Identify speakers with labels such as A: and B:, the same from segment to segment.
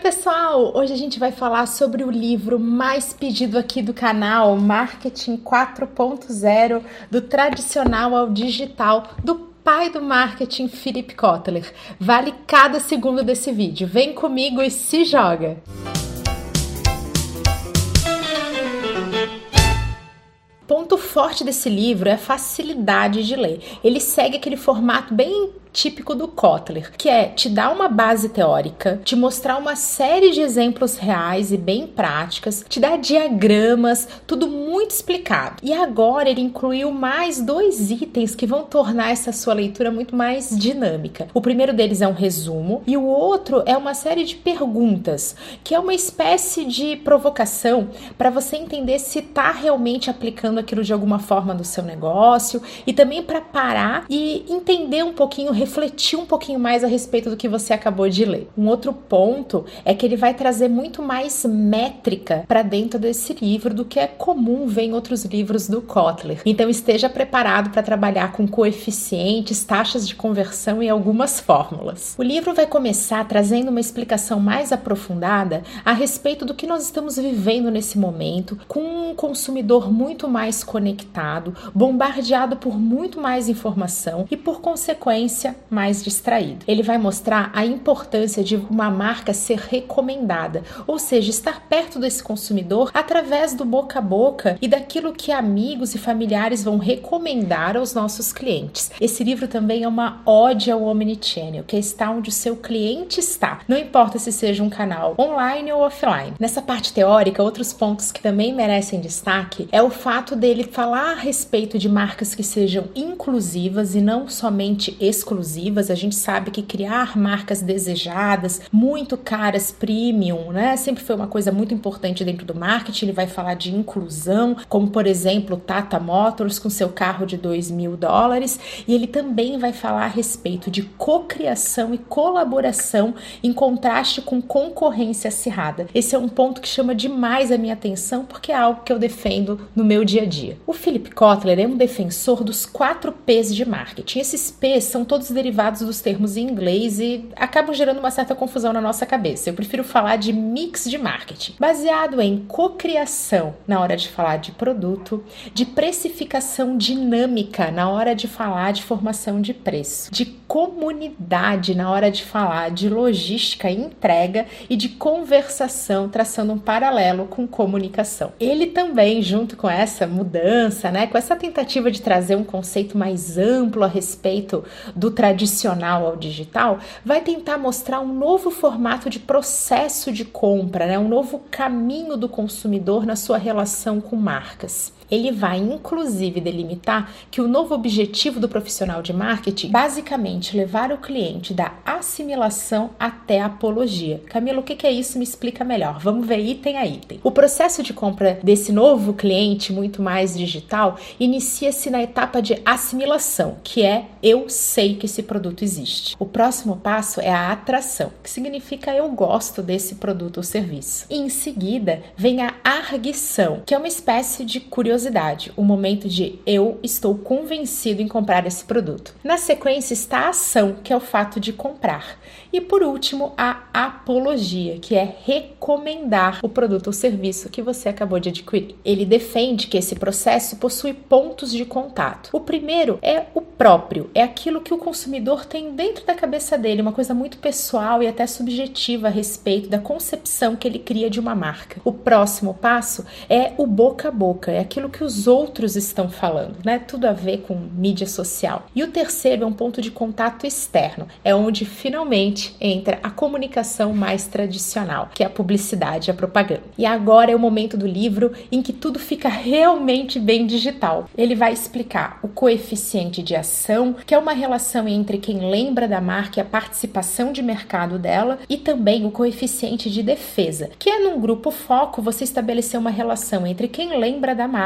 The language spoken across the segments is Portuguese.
A: pessoal! Hoje a gente vai falar sobre o livro mais pedido aqui do canal, Marketing 4.0, do tradicional ao digital, do pai do marketing, Philip Kotler. Vale cada segundo desse vídeo. Vem comigo e se joga! Ponto forte desse livro é a facilidade de ler. Ele segue aquele formato bem típico do Kotler, que é te dar uma base teórica, te mostrar uma série de exemplos reais e bem práticas, te dar diagramas, tudo muito explicado. E agora ele incluiu mais 2 itens que vão tornar essa sua leitura muito mais dinâmica. O primeiro deles é um resumo e o outro é uma série de perguntas, que é uma espécie de provocação para você entender se está realmente aplicando aquilo de alguma forma no seu negócio e também para parar e entender um pouquinho, refletir um pouquinho mais a respeito do que você acabou de ler. Um outro ponto é que ele vai trazer muito mais métrica para dentro desse livro do que é comum ver em outros livros do Kotler. Então esteja preparado para trabalhar com coeficientes, taxas de conversão e algumas fórmulas. O livro vai começar trazendo uma explicação mais aprofundada a respeito do que nós estamos vivendo nesse momento, com um consumidor muito mais conectado, bombardeado por muito mais informação e, por consequência, mais distraído. Ele vai mostrar a importância de uma marca ser recomendada, ou seja, estar perto desse consumidor através do boca a boca e daquilo que amigos e familiares vão recomendar aos nossos clientes. Esse livro também é uma ode ao Omnichannel, que é estar onde o seu cliente está, não importa se seja um canal online ou offline. Nessa parte teórica, outros pontos que também merecem destaque é o fato dele falar a respeito de marcas que sejam inclusivas e não somente exclusivas. A gente sabe que criar marcas desejadas, muito caras, premium, né? Sempre foi uma coisa muito importante dentro do marketing. Ele vai falar de inclusão, como por exemplo Tata Motors com seu carro de $2.000, e ele também vai falar a respeito de cocriação e colaboração em contraste com concorrência acirrada. Esse é um ponto que chama demais a minha atenção porque é algo que eu defendo no meu dia a dia. O Philip Kotler é um defensor dos 4 P's de marketing. Esses P's são todos derivados dos termos em inglês e acabam gerando uma certa confusão na nossa cabeça. Eu prefiro falar de mix de marketing, baseado em cocriação na hora de falar de produto, de precificação dinâmica na hora de falar de formação de preço, de comunidade na hora de falar de logística e entrega e de conversação, traçando um paralelo com comunicação. Ele também, junto com essa mudança, né, com essa tentativa de trazer um conceito mais amplo a respeito do tradicional ao digital, vai tentar mostrar um novo formato de processo de compra, né? Um novo caminho do consumidor na sua relação com marcas. Ele vai, inclusive, delimitar que o novo objetivo do profissional de marketing, basicamente, levar o cliente da assimilação até a apologia. Camila, o que é isso? Me explica melhor. Vamos ver item a item. O processo de compra desse novo cliente, muito mais digital, inicia-se na etapa de assimilação, que é eu sei que esse produto existe. O próximo passo é a atração, que significa eu gosto desse produto ou serviço. E, em seguida, vem a arguição, que é uma espécie de curiosidade, o momento de eu estou convencido em comprar esse produto. Na sequência está a ação, que é o fato de comprar. E por último, a apologia, que é recomendar o produto ou serviço que você acabou de adquirir. Ele defende que esse processo possui pontos de contato. O primeiro é o próprio, é aquilo que o consumidor tem dentro da cabeça dele, uma coisa muito pessoal e até subjetiva a respeito da concepção que ele cria de uma marca. O próximo passo é o boca a boca, é aquilo que os outros estão falando, né? Tudo a ver com mídia social. E o terceiro é um ponto de contato externo, é onde finalmente entra a comunicação mais tradicional, que é a publicidade e a propaganda. E agora é o momento do livro em que tudo fica realmente bem digital. Ele vai explicar o coeficiente de ação, que é uma relação entre quem lembra da marca e a participação de mercado dela, e também o coeficiente de defesa, que é num grupo foco você estabelecer uma relação entre quem lembra da marca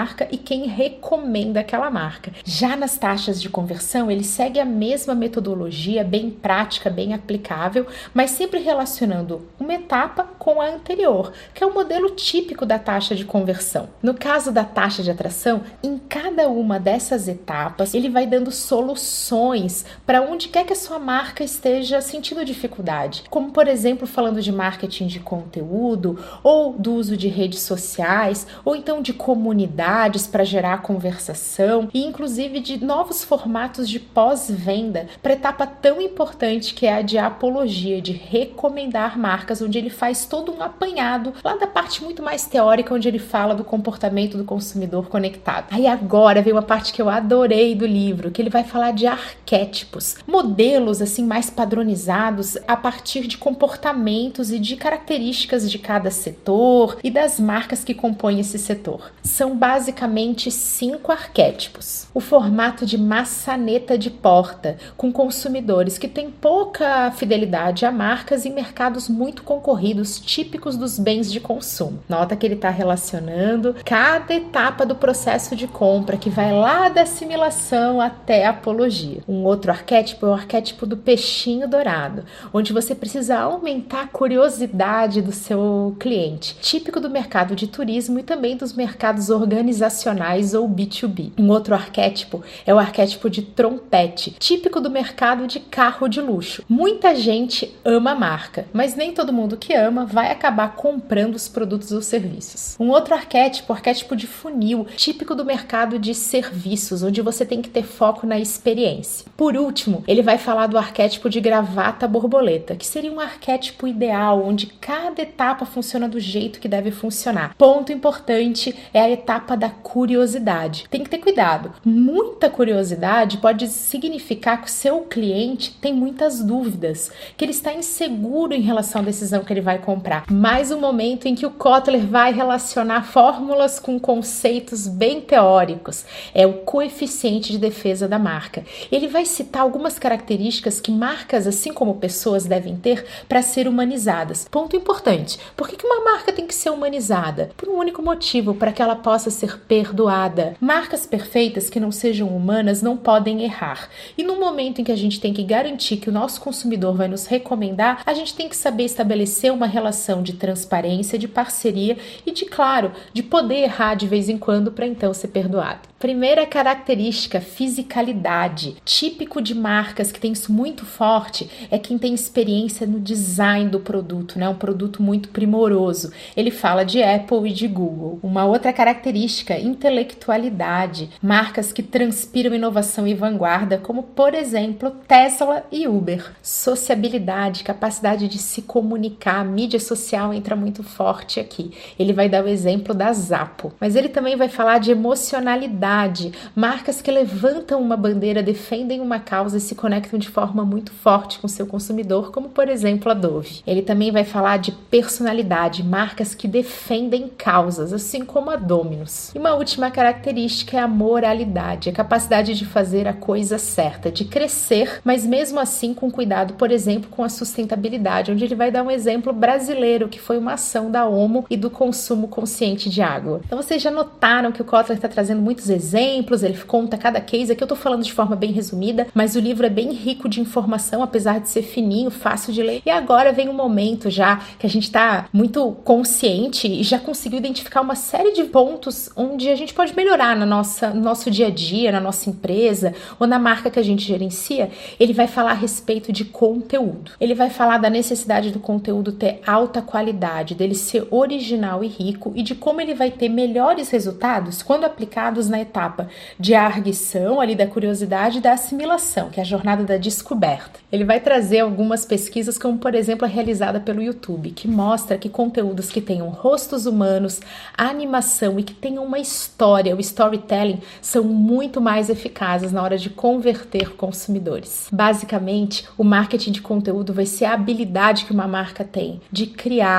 A: marca e quem recomenda aquela marca. Já nas taxas de conversão, ele segue a mesma metodologia, bem prática, bem aplicável, mas sempre relacionando uma etapa com a anterior, que é o modelo típico da taxa de conversão. No caso da taxa de atração, em cada uma dessas etapas, ele vai dando soluções para onde quer que a sua marca esteja sentindo dificuldade, como por exemplo falando de marketing de conteúdo, ou do uso de redes sociais, ou então de comunidades para gerar conversação, e inclusive de novos formatos de pós-venda para etapa tão importante que é a de apologia, de recomendar marcas, onde ele faz todo um apanhado lá da parte muito mais teórica, onde ele fala do comportamento do consumidor conectado. Aí agora vem uma parte que eu adorei do livro, que ele vai falar de arquétipos, modelos assim mais padronizados a partir de comportamentos e de características de cada setor e das marcas que compõem esse setor. São basicamente 5 arquétipos. O formato de maçaneta de porta, com consumidores que têm pouca fidelidade a marcas em mercados muito concorridos, típicos dos bens de consumo. Nota que ele está relacionando cada etapa do processo de compra, que vai lá da assimilação até a apologia. Um outro arquétipo é o arquétipo do peixinho dourado, onde você precisa aumentar a curiosidade do seu cliente, típico do mercado de turismo e também dos mercados organizacionais ou B2B. Um outro arquétipo é o arquétipo de trompete, típico do mercado de carro de luxo. Muita gente ama a marca, mas nem todo mundo que ama vai acabar comprando os produtos ou serviços. Um outro arquétipo, o arquétipo de funil, típico do mercado de serviços, onde você tem que ter foco na experiência. Por último, ele vai falar do arquétipo de gravata borboleta, que seria um arquétipo ideal, onde cada etapa funciona do jeito que deve funcionar. Ponto importante é a etapa da curiosidade. Tem que ter cuidado. Muita curiosidade pode significar que o seu cliente tem muitas dúvidas, que ele está inseguro em relação à decisão que ele vai comprar. Mais um momento em que o Kotler vai relacionar fórmulas com conceitos bem teóricos. É o coeficiente de defesa da marca. Ele vai citar algumas características que marcas, assim como pessoas, devem ter para ser humanizadas. Ponto importante. Por que uma marca tem que ser humanizada? Por um único motivo, para que ela possa ser perdoada. Marcas perfeitas que não sejam humanas não podem errar. E no momento em que a gente tem que garantir que o nosso consumidor vai nos recomendar, a gente tem que saber estabelecer uma relação de transparência, de parceria e de, claro, de poder errar de vez em quando para então ser perdoado. Primeira característica, fisicalidade. Típico de marcas que tem isso muito forte é quem tem experiência no design do produto, né? Um produto muito primoroso. Ele fala de Apple e de Google. Uma outra característica, intelectualidade. Marcas que transpiram inovação e vanguarda, como por exemplo Tesla e Uber. Sociabilidade, capacidade de se comunicar. A mídia social entra muito forte aqui. Ele vai dar o exemplo da Zapo. Mas ele também vai falar de emocionalidade. Marcas que levantam uma bandeira, defendem uma causa e se conectam de forma muito forte com seu consumidor, como por exemplo a Dove. Ele também vai falar de personalidade, marcas que defendem causas, assim como a Domino's. E uma última característica é a moralidade, a capacidade de fazer a coisa certa, de crescer, mas mesmo assim com cuidado, por exemplo, com a sustentabilidade, onde ele vai dar um exemplo brasileiro, que foi uma ação da OMO e do consumo consciente de água. Então vocês já notaram que o Kotler está trazendo muitos exemplos, ele conta cada case. Aqui eu tô falando de forma bem resumida, mas o livro é bem rico de informação, apesar de ser fininho, fácil de ler. E agora vem um momento já que a gente tá muito consciente e já conseguiu identificar uma série de pontos onde a gente pode melhorar no nosso dia a dia, na nossa empresa ou na marca que a gente gerencia. Ele vai falar a respeito de conteúdo. Ele vai falar da necessidade do conteúdo ter alta qualidade, dele ser original e rico e de como ele vai ter melhores resultados quando aplicados na etapa de arguição, ali da curiosidade e da assimilação, que é a jornada da descoberta. Ele vai trazer algumas pesquisas, como por exemplo a realizada pelo YouTube, que mostra que conteúdos que tenham rostos humanos, animação e que tenham uma história, o storytelling, são muito mais eficazes na hora de converter consumidores. Basicamente, o marketing de conteúdo vai ser a habilidade que uma marca tem de criar,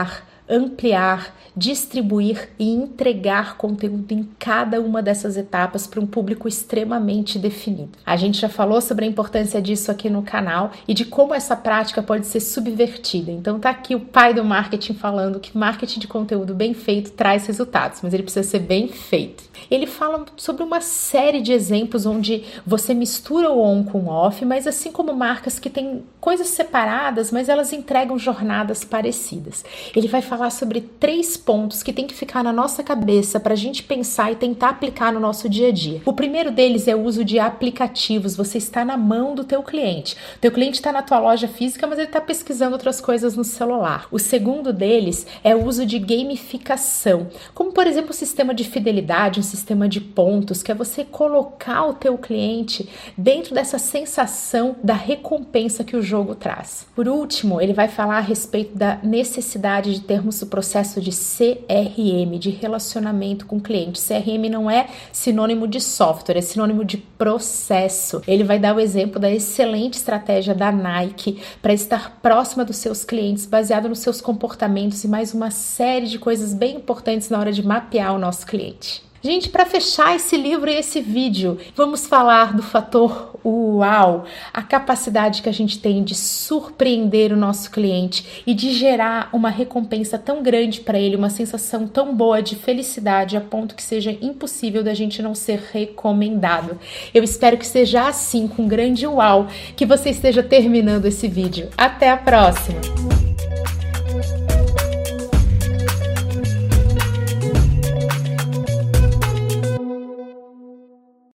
A: ampliar, distribuir e entregar conteúdo em cada uma dessas etapas para um público extremamente definido. A gente já falou sobre a importância disso aqui no canal e de como essa prática pode ser subvertida. Então tá aqui o pai do marketing falando que marketing de conteúdo bem feito traz resultados, mas ele precisa ser bem feito. Ele fala sobre uma série de exemplos onde você mistura o on com o off, mas assim como marcas que têm coisas separadas, mas elas entregam jornadas parecidas. Ele vai falar sobre 3 pontos que tem que ficar na nossa cabeça para a gente pensar e tentar aplicar no nosso dia a dia. O primeiro deles é o uso de aplicativos. Você está na mão do teu cliente. O teu cliente está na tua loja física, mas ele está pesquisando outras coisas no celular. O segundo deles é o uso de gamificação, como por exemplo o sistema de fidelidade, um sistema de pontos, que é você colocar o teu cliente dentro dessa sensação da recompensa que o jogo traz. Por último, ele vai falar a respeito da necessidade de termos o processo de CRM, de relacionamento com o cliente. CRM não é sinônimo de software, é sinônimo de processo. Ele vai dar o exemplo da excelente estratégia da Nike para estar próxima dos seus clientes, baseado nos seus comportamentos e mais uma série de coisas bem importantes na hora de mapear o nosso cliente. Gente, para fechar esse livro e esse vídeo, vamos falar do fator uau, a capacidade que a gente tem de surpreender o nosso cliente e de gerar uma recompensa tão grande para ele, uma sensação tão boa de felicidade a ponto que seja impossível da gente não ser recomendado. Eu espero que seja assim, com grande uau, que você esteja terminando esse vídeo. Até a próxima!